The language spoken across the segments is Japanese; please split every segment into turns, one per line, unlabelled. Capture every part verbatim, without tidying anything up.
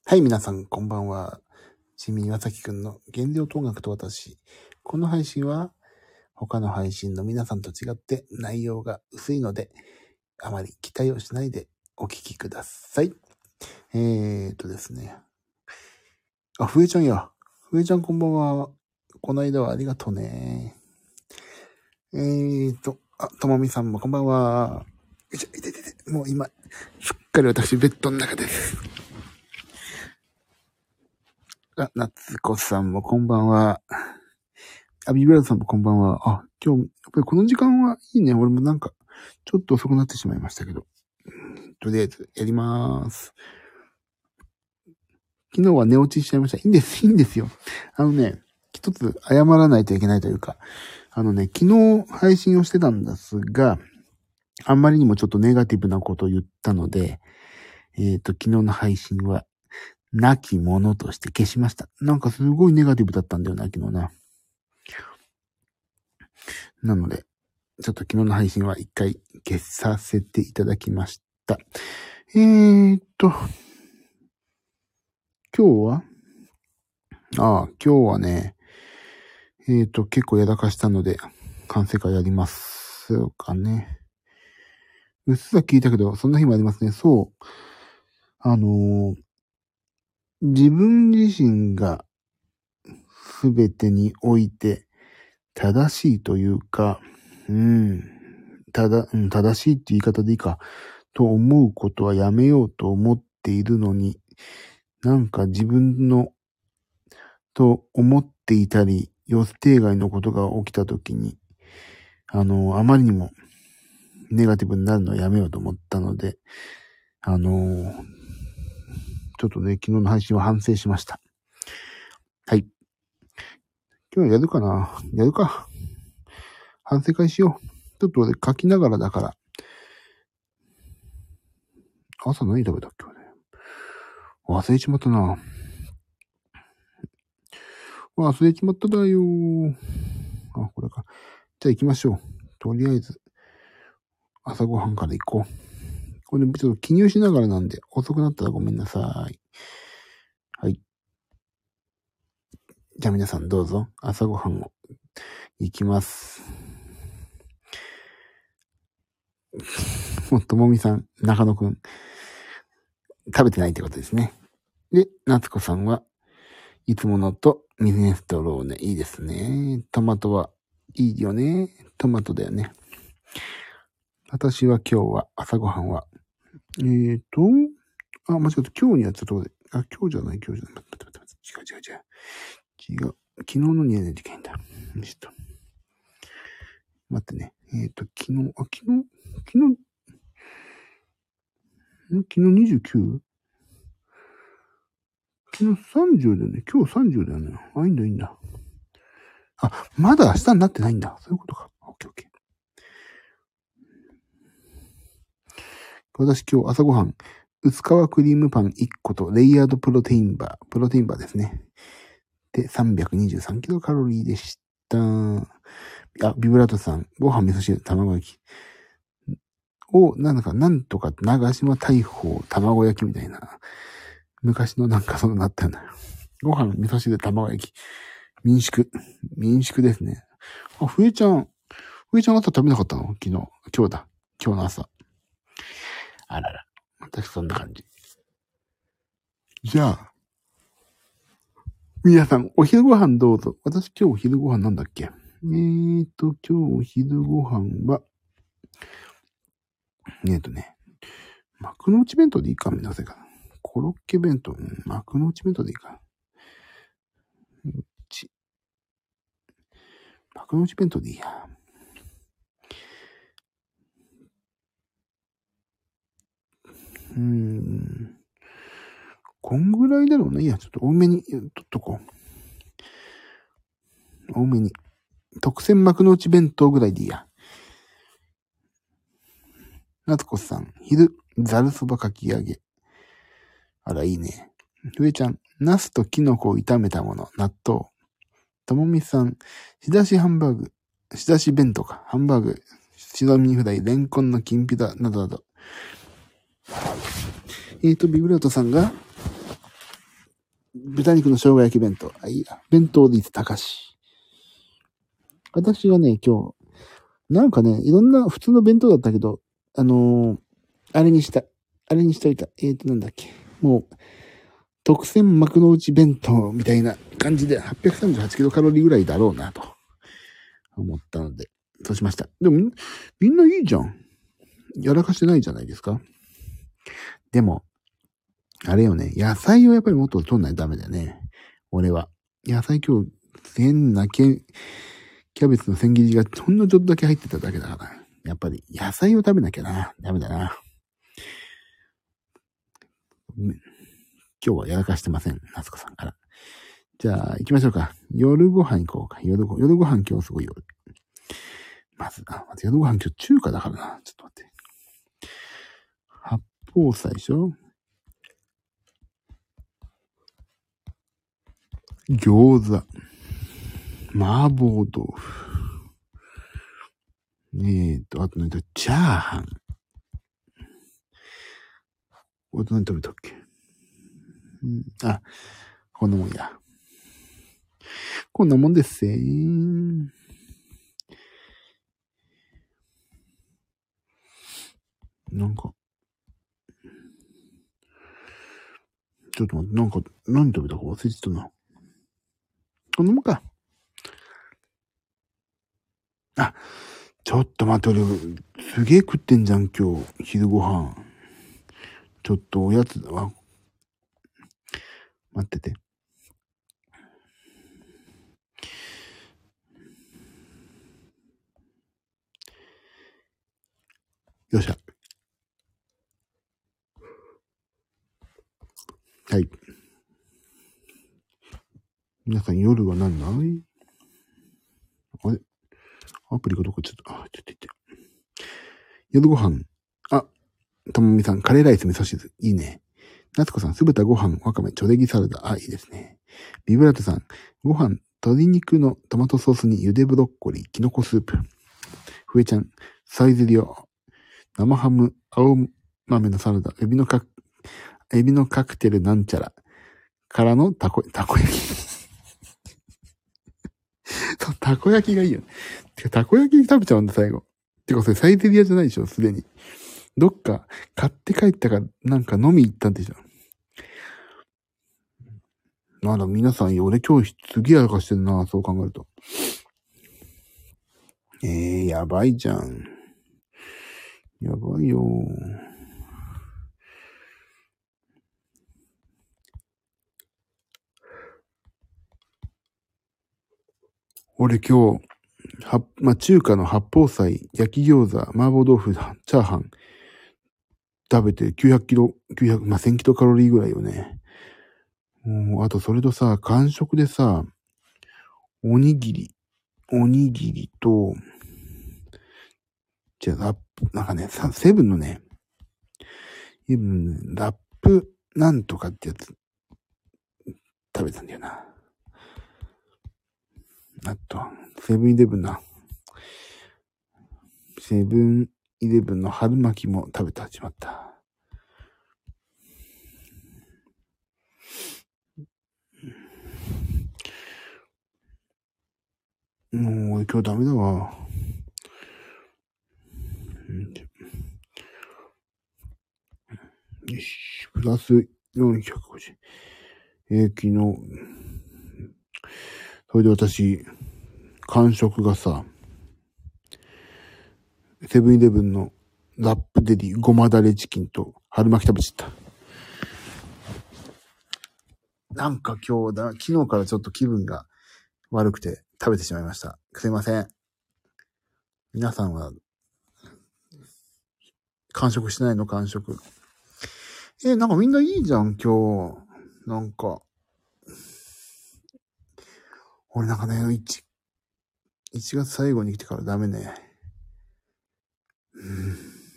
はい、皆さん、こんばんは。ちみ岩崎くんの原料等学と私。この配信は、他の配信の皆さんと違って内容が薄いので、あまり期待をしないでお聞きください。えーとですね。あ、ふえちゃんや。ふえちゃんこんばんは。この間はありがとうね。えーと、あ、ともみさんもこんばんは。よいしょ、いててて。もう今、すっかり私ベッドの中です。あ、なつこさんもこんばんは。あ、ビブラートさんもこんばんは。あ、今日、やっぱりこの時間はいいね。俺もなんか、ちょっと遅くなってしまいましたけど。とりあえず、やりまーす。昨日は寝落ちしちゃいました。いいんです、いいんですよ。あのね、一つ謝らないといけないというか、あのね、昨日配信をしてたんですが、あんまりにもちょっとネガティブなことを言ったので、えっと、昨日の配信は、なきものとして消しました。なんかすごいネガティブだったんだよな、昨日な。なので、ちょっと昨日の配信は一回消させていただきました。えーっと、今日はああ、今日はね、えーっと、結構やらかしたので、完成会やりますかね。うっすら聞いたけど、そんな日もありますね。そう。あのー、自分自身がすべてにおいて正しいというか、うん、ただ、うん、正しいって言い方でいいか、と思うことはやめようと思っているのに、なんか自分のと思っていたり、予定外のことが起きたときに、あの、あまりにもネガティブになるのはやめようと思ったので、あの、ちょっとね、昨日の配信は反省しました。はい。今日やるかなやるか。反省会しよう。ちょっと俺書きながらだから。朝何食べたっけね。忘れちまったな。忘れちまっただよ。あ、これか。じゃあ行きましょう。とりあえず、朝ごはんから行こう。これちょっと記入しながらなんで、遅くなったらごめんなさい。はい。じゃあ皆さんどうぞ、朝ごはんを行きます。もうともみさん、中野くん、食べてないってことですね。で、夏子さんはいつものとミネストローネ、いいですね。トマトはいいよね。トマトだよね。私は今日は朝ごはんは、えーと、あ、間違った。今日にやったところで、あ、今日じゃない、今日じゃない。待って待って待って。違う違う違う。違う。昨日のにやらないといけないんだ。ちょっと。待ってね。えーと、昨日、あ、昨日、昨日、ん昨日 にじゅうきゅう？ 昨日さんじゅうだよね。今日さんじゅうだよね。あ、いいんだいいんだ。あ、まだ明日になってないんだ。そういうことか。オッケーオッケー。私今日朝ごはん、薄皮クリームパンいっことレイヤードプロテインバー、プロテインバーですね。で、さんびゃくにじゅうさんキロカロリーでした。あ、ビブラートさん、ご飯味噌汁、卵焼き。を、なんだか、なんとか、長島大砲、卵焼きみたいな。昔のなんかそのなったよな。ご飯、味噌汁、卵焼き。民宿。民宿ですね。あ、ふえちゃん。ふえちゃん朝食べなかったの昨日。今日だ。今日の朝。あらら。私そんな感じ。じゃあ、皆さん、お昼ご飯どうぞ。私今日お昼ご飯なんだっけえーと、今日お昼ご飯は、えーとね、幕の内弁当でいいかみなさいかな。コロッケ弁当、うん、幕の内弁当でいいかな。ち、幕の内弁当でいいや。うーん。こんぐらいだろうね。いや、ちょっと多めに、取っとこう。多めに。特選幕の内弁当ぐらいでいいや。夏子さん、昼、ざるそばかき揚げ。あら、いいね。ふえちゃん、ナスとキノコを炒めたもの、納豆。ともみさん、仕出しハンバーグ、仕出し弁当か、ハンバーグ、白身フライ、レンコンのきんぴら、などなど。えーと、ビブラートさんが、 豚肉の生姜焼き弁当。あ、いいや。弁当でいつ高し。私はね、今日、なんかね、いろんな普通の弁当だったけど、あのー、あれにした。あれにしといた。えーと、なんだっけ。もう、特選幕の内弁当みたいな感じではっぴゃくさんじゅうはちキロカロリーぐらいだろうなと思ったので、そうしました。でも、みんないいじゃん。やらかしてないじゃないですか。でも、あれよね、野菜をやっぱりもっと取んないとダメだよね。俺は。野菜今日、変なけキャベツの千切りがほんのちょっとだけ入ってただけだから。やっぱり野菜を食べなきゃな。ダメだな。今日はやらかしてません。夏子さんから。じゃあ、行きましょうか。夜ご飯行こうか。夜ご、夜ご飯今日すごいよ。まず、あ、まず夜ご飯今日中華だからな。ちょっと待って。八宝菜でしょ？餃子。麻婆豆腐。えーと、あと何と、チャーハン。あと何食べたっけ？うん、あ、こんなもんや。こんなもんですせー。なんか、ちょっと待って、なんか、何食べたか忘れてたな。こんなもんか。あ、ちょっと待って、俺、すげえ食ってんじゃん、今日、昼ご飯。ちょっとおやつだわ。待ってて。よっしゃ。はい。皆さん夜は何だい？あれアプリがどこちょっと、あ、ちょっと言って。夜ご飯。あ、ともみさん、カレーライス味噌汁。いいね。夏子さん、酢豚ご飯、わかめ、ちょでぎサラダ。あ、いいですね。ビブラートさん、ご飯、鶏肉のトマトソースに茹でブロッコリー、キノコスープ。ふえちゃん、サイゼリオ、生ハム、青豆のサラダ、エビのか、エビのカクテルなんちゃら。からのたこ、たこ焼き。そう、たこ焼きがいいよね。てか、たこ焼き食べちゃうんだ、最後。てか、それサイゼリアじゃないでしょ、すでに。どっか、買って帰ったか、なんか飲み行ったんでしょ。まだ皆さん、俺今日すげえやらかしてるな、そう考えると。えー、やばいじゃん。やばいよ。俺今日、は、まあ、中華の八宝菜、焼き餃子、麻婆豆腐、チャーハン、食べてきゅうひゃくキロ、きゅうひゃく、まあ、せんキロカロリーぐらいよね。もう、あとそれとさ、間食でさ、おにぎり、おにぎりと、じゃあ、ラップ、なんかね、さセブンのね、セブン、ラップなんとかってやつ、食べたんだよな。あと、セブンイレブンな。セブンイレブンの春巻きも食べて始まった。もう、今日ダメだわ。よし、プラスよんひゃくごじゅう。えー、昨日、それで私、間食がさ、セブンイレブンのラップデリごまだれチキンと春巻き食べちゃった。なんか今日だ、昨日からちょっと気分が悪くて食べてしまいました。すいません。皆さんは、間食してないの？間食。えー、なんかみんないいじゃん、今日。なんか。俺なんかね、1、いちがつ最後に来てからダメね。うん。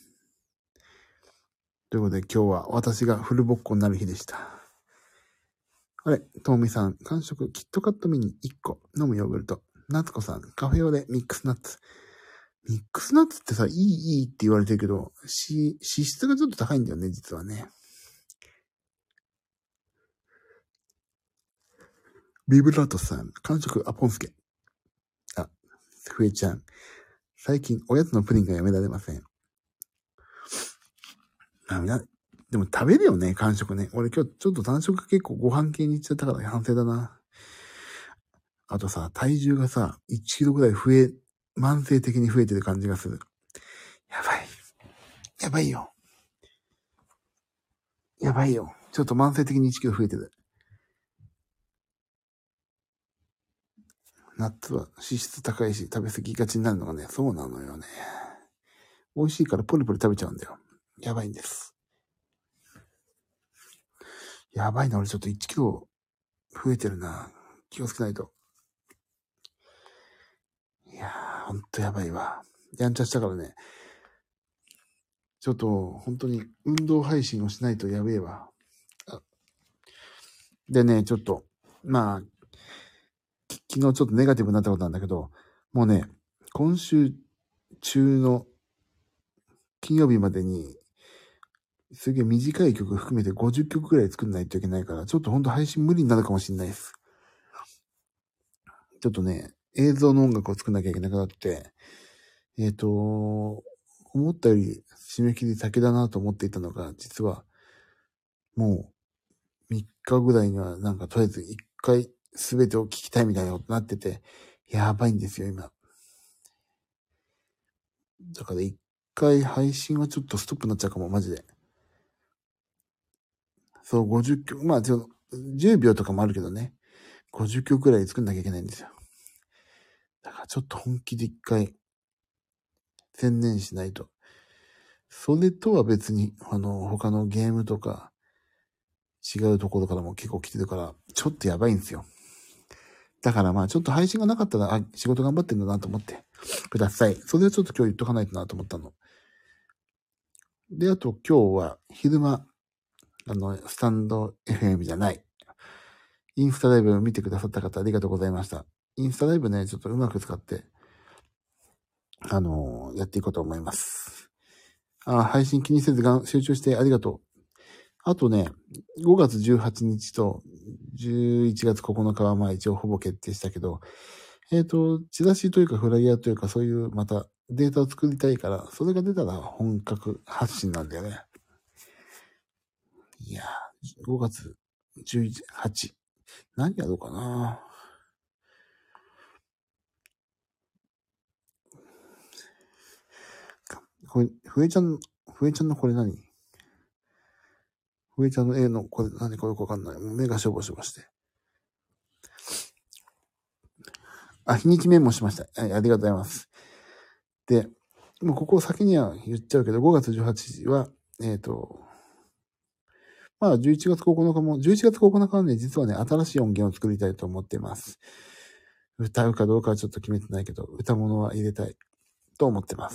ということで今日は私がフルボッコになる日でした。あれ、ともみさん、間食、キットカットミニいっこ、飲むヨーグルト。夏子さん、カフェ用でミックスナッツ。ミックスナッツってさ、いい、いいって言われてるけど、し、脂質がちょっと高いんだよね、実はね。 ビブラートさん、完食アポンスケ。あ、ふえちゃん。最近おやつのプリンがやめられません。あ、みな、でも食べるよね、完食ね。俺今日ちょっと単食結構ご飯系に行っちゃったから反省だな。あとさ、体重がさ、いちキロぐらい増え、慢性的に増えてる感じがする。やばい。やばいよ。やばいよ。ちょっと慢性的にいちキロ増えてる。夏は脂質高いし食べ過ぎがちになるのがね、そうなのよね。美味しいからポリポリ食べちゃうんだよ。やばいんです。やばいな、俺ちょっといちキロ増えてるな。気をつけないと。いやー、ほんとやばいわ。やんちゃしたからね。ちょっと、本当に運動配信をしないとやべえわ。でね、ちょっと、まあ、昨日ちょっとネガティブになったことなんだけど、もうね、今週中の金曜日までに、すげえ短い曲含めてごじゅっきょくくらい作んないといけないから、ちょっとほんと配信無理になるかもしれないです。ちょっとね、映像の音楽を作んなきゃいけなくなって、えっと、思ったより締め切り先だなと思っていたのが、実は、もうみっかぐらいにはなんかとりあえずいっかい全てを聞きたいみたいなことになってて、やばいんですよ、今。だからいっかい配信はちょっとストップになっちゃうかも、マジで。そう、ごじゅっきょく、まあ、ちょじゅうびょうとかもあるけどね。ごじゅっきょくくらい作んなきゃいけないんですよ。だからちょっと本気でいっかい専念しないと。それとは別に、あの、他のゲームとか、違うところからも結構来てるから、ちょっとやばいんですよ。だからまあちょっと配信がなかったら、あ、仕事頑張ってんだなと思ってください。それはちょっと今日言っとかないとなと思ったの。で、あと今日は昼間、あの、スタンド エフエム じゃない。インスタライブを見てくださった方ありがとうございました。インスタライブね、ちょっとうまく使って、あのー、やっていこうと思います。あ、配信気にせずが集中してありがとう。あとね、ごがつじゅうはちにちとじゅういちがつここのかはまあ一応ほぼ決定したけど、えっと、チラシというかフライヤーというかそういうまたデータを作りたいから、それが出たら本格発信なんだよね。いやー、ごがつじゅうはち。何やろうかな。これ、ふえちゃん、ふえちゃんのこれ何ふえちゃんの絵のこれ何これよくわかんない。目がしょぼしょぼして。あ、日にちメモしました。はい、ありがとうございます。で、もうここ先には言っちゃうけど、ごがつじゅうはちにちは、えっと、まあじゅういちがつここのかも、じゅういちがつここのかはね、実はね、新しい音源を作りたいと思っています。歌うかどうかはちょっと決めてないけど、歌物は入れたいと思ってます。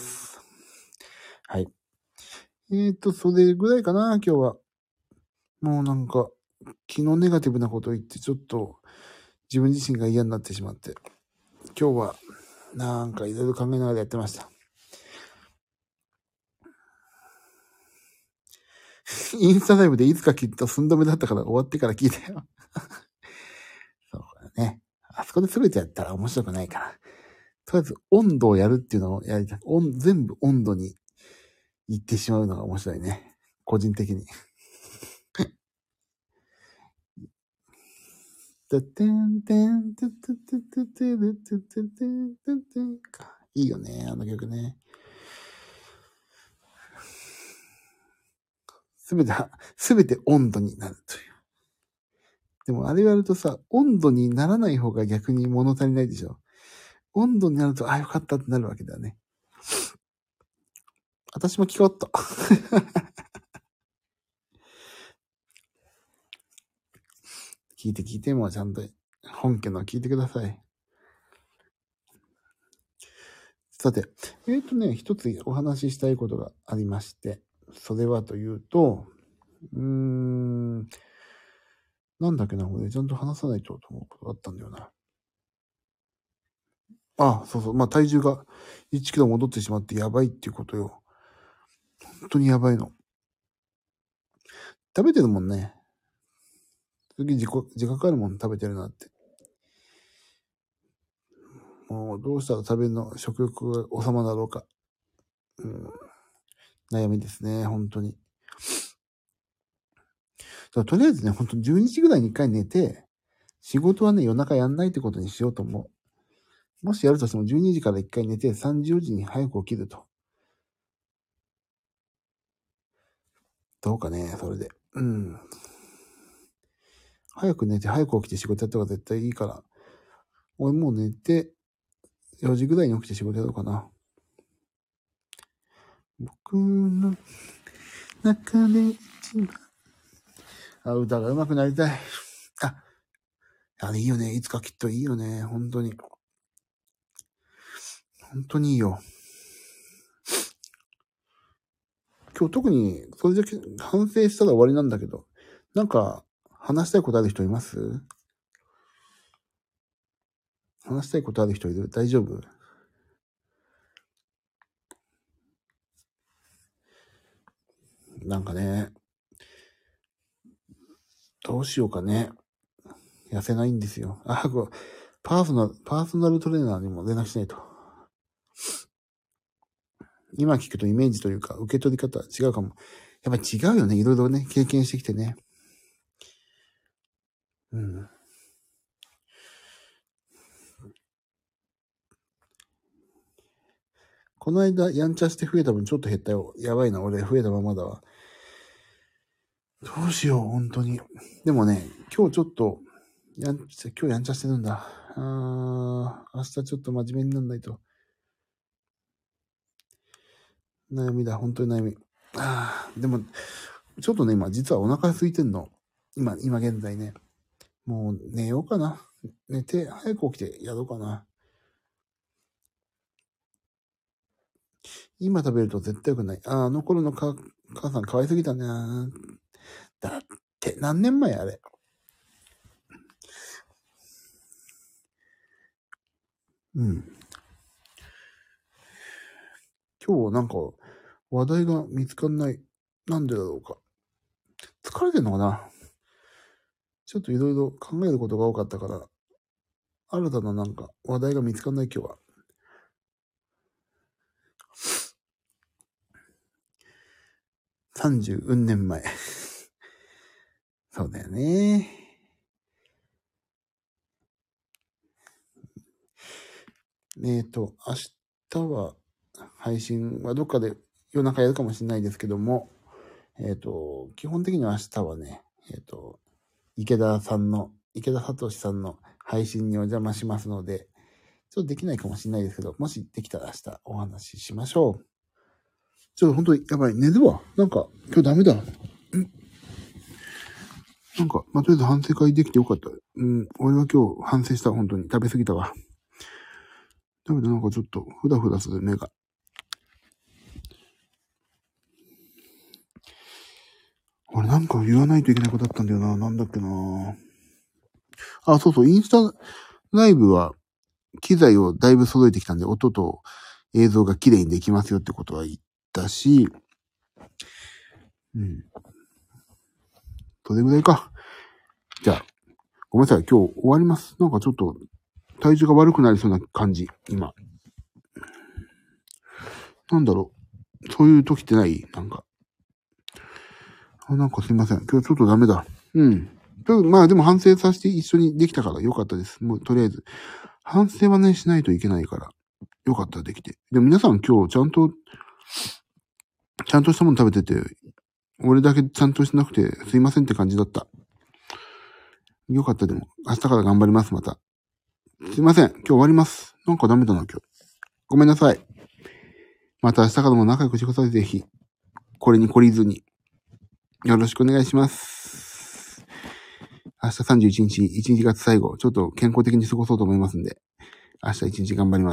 はい。えっと、それぐらいかな、今日は。もうなんか、昨日ネガティブなことを言ってちょっと自分自身が嫌になってしまって、今日はなんかいろいろ考えながらやってました。インスタライブでいつかきっと寸止めだったから終わってから聞いたよ。そうだね。あそこで全てやったら面白くないから。とりあえず温度をやるっていうのをやりたい。温全部温度に行ってしまうのが面白いね。個人的に。ててんてんててててててててててか。いいよね、あの曲ね。すべて、すべて温度になるという。でもあれやるとさ、温度にならない方が逆に物足りないでしょ。温度になると、あ、よかったってなるわけだよね。私も聞こうっと。聞いて聞いてもちゃんと本家の聞いてください。さて、えっとね、一つお話ししたいことがありまして、それはというと、うーん、なんだっけな、俺ちゃんと話さないとと思うことがあったんだよな。あ、そうそう、まあ体重がいちキロ戻ってしまってやばいっていうことよ。本当にやばいの。食べてるもんね。次自己、自覚あるもん食べてるなって。 もうどうしたら食べるの、食欲が収まるだろうか。うん、悩みですね、本当に。とりあえずね、本当にじゅうにじぐらいに一回寝て、仕事はね、夜中やんないってことにしようと思う。もしやるとしてもじゅうにじから一回寝て、さんじよじに早く起きると。どうかね、それで。うん。早く寝て、早く起きて仕事やった方が絶対いいから。俺もう寝て、よじぐらいに起きて仕事やろうかな。僕の中で一番。あ、歌が上手くなりたい。あ、あれいいよね。いつかきっといいよね。本当に。本当にいいよ。今日特にそれだけ反省したら終わりなんだけど、なんか話したいことある人います？話したいことある人いる？大丈夫？なんかね、どうしようかね。痩せないんですよ。あ、こう、パーソナル、パーソナルトレーナーにも連絡しないと。今聞くとイメージというか、受け取り方違うかも。やっぱり違うよね。いろいろね、経験してきてね。うん。この間、やんちゃして増えた分ちょっと減ったよ。やばいな、俺増えたままだわ。どうしよう、本当に。でもね、今日ちょっと、やんちゃ、今日やんちゃしてるんだ。あー、明日ちょっと真面目にならないと。悩みだ、本当に悩み。あー、でも、ちょっとね、今、実はお腹空いてんの。今、今現在ね。もう寝ようかな。寝て、早く起きてやろうかな。今食べると絶対良くない。あ、あの頃のか母さん可愛すぎたね。だって、何年前あれ。うん。今日なんか、話題が見つかんない。なんでだろうか。疲れてんのかな？ちょっといろいろ考えることが多かったから、新たななんか話題が見つかんない今日は。さんじゅううん年前。そうだよね。えっと、明日は配信はどっかで夜中やるかもしれないですけども、えっと、基本的には明日はね、えっと、池田さんの、池田聡さんの配信にお邪魔しますので、ちょっとできないかもしれないですけど、もしできたら明日お話ししましょう。ちょっと本当にやばい、寝るわ。なんか、今日ダメだ。んなんか、まあ、とりあえず反省会できてよかった。うん、俺は今日反省した、本当に。食べ過ぎたわ。だけどなんかちょっと、ふだふだする目が。俺なんか言わないといけないことだったんだよな。なんだっけな。あ、そうそう、インスタライブは、機材をだいぶ揃えてきたんで、音と映像が綺麗にできますよってことは言ったし、うん。それぐらいか。じゃあ、ごめんなさい。今日終わります。なんかちょっと、体重が悪くなりそうな感じ、今。なんだろう。そういう時ってないなんか。あ、なんかすいません。今日ちょっとダメだ。うん。まあでも反省させて一緒にできたからよかったです。もうとりあえず。反省はね、しないといけないから。よかったできて。でも皆さん今日ちゃんと、ちゃんとしたもの食べてて、俺だけちゃんとしてなくてすいませんって感じだった。よかったでも。明日から頑張ります、また。すいません。今日終わります。なんかダメだな、今日。ごめんなさい。また明日からも仲良くしてください、ぜひ。これに懲りずに。よろしくお願いします。明日さんじゅういちにち、いちにちがつ最後、ちょっと健康的に過ごそうと思いますんで、明日いちにち頑張ります。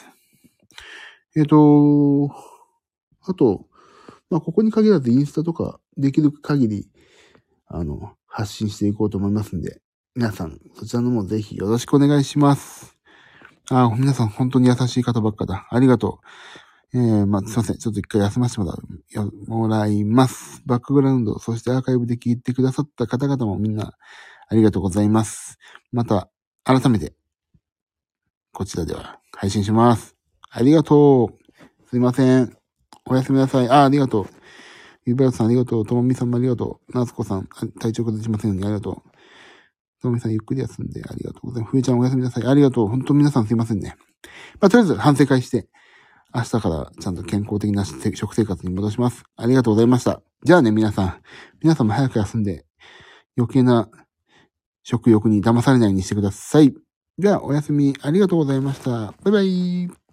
えっと、あと、まあ、ここに限らずインスタとかできる限り、あの、発信していこうと思いますんで、皆さん、そちらのもぜひよろしくお願いします。ああ、皆さん本当に優しい方ばっかだ。ありがとう。えー、まあ、すいません。ちょっと一回休ませてもらう、もらいます。バックグラウンド、そしてアーカイブで聞いてくださった方々もみんなありがとうございます。また、改めて、 こちらでは配信します。ありがとう。すいません。おやすみなさい。あ、ありがとう。ゆうばやさんありがとう。ともみさんもありがとう。なつこさん、体調崩しませんようにありがとう。ともみさんゆっくり休んでありがとうございます。ふえちゃんおやすみなさい。ありがとう。本当皆さんすいませんね。まあ、とりあえず反省会して、明日からちゃんと健康的な食生活に戻します。ありがとうございました。じゃあね、皆さん。皆さんも早く休んで、余計な食欲に騙されないようにしてください。じゃあ、おやすみ。ありがとうございました。バイバイ。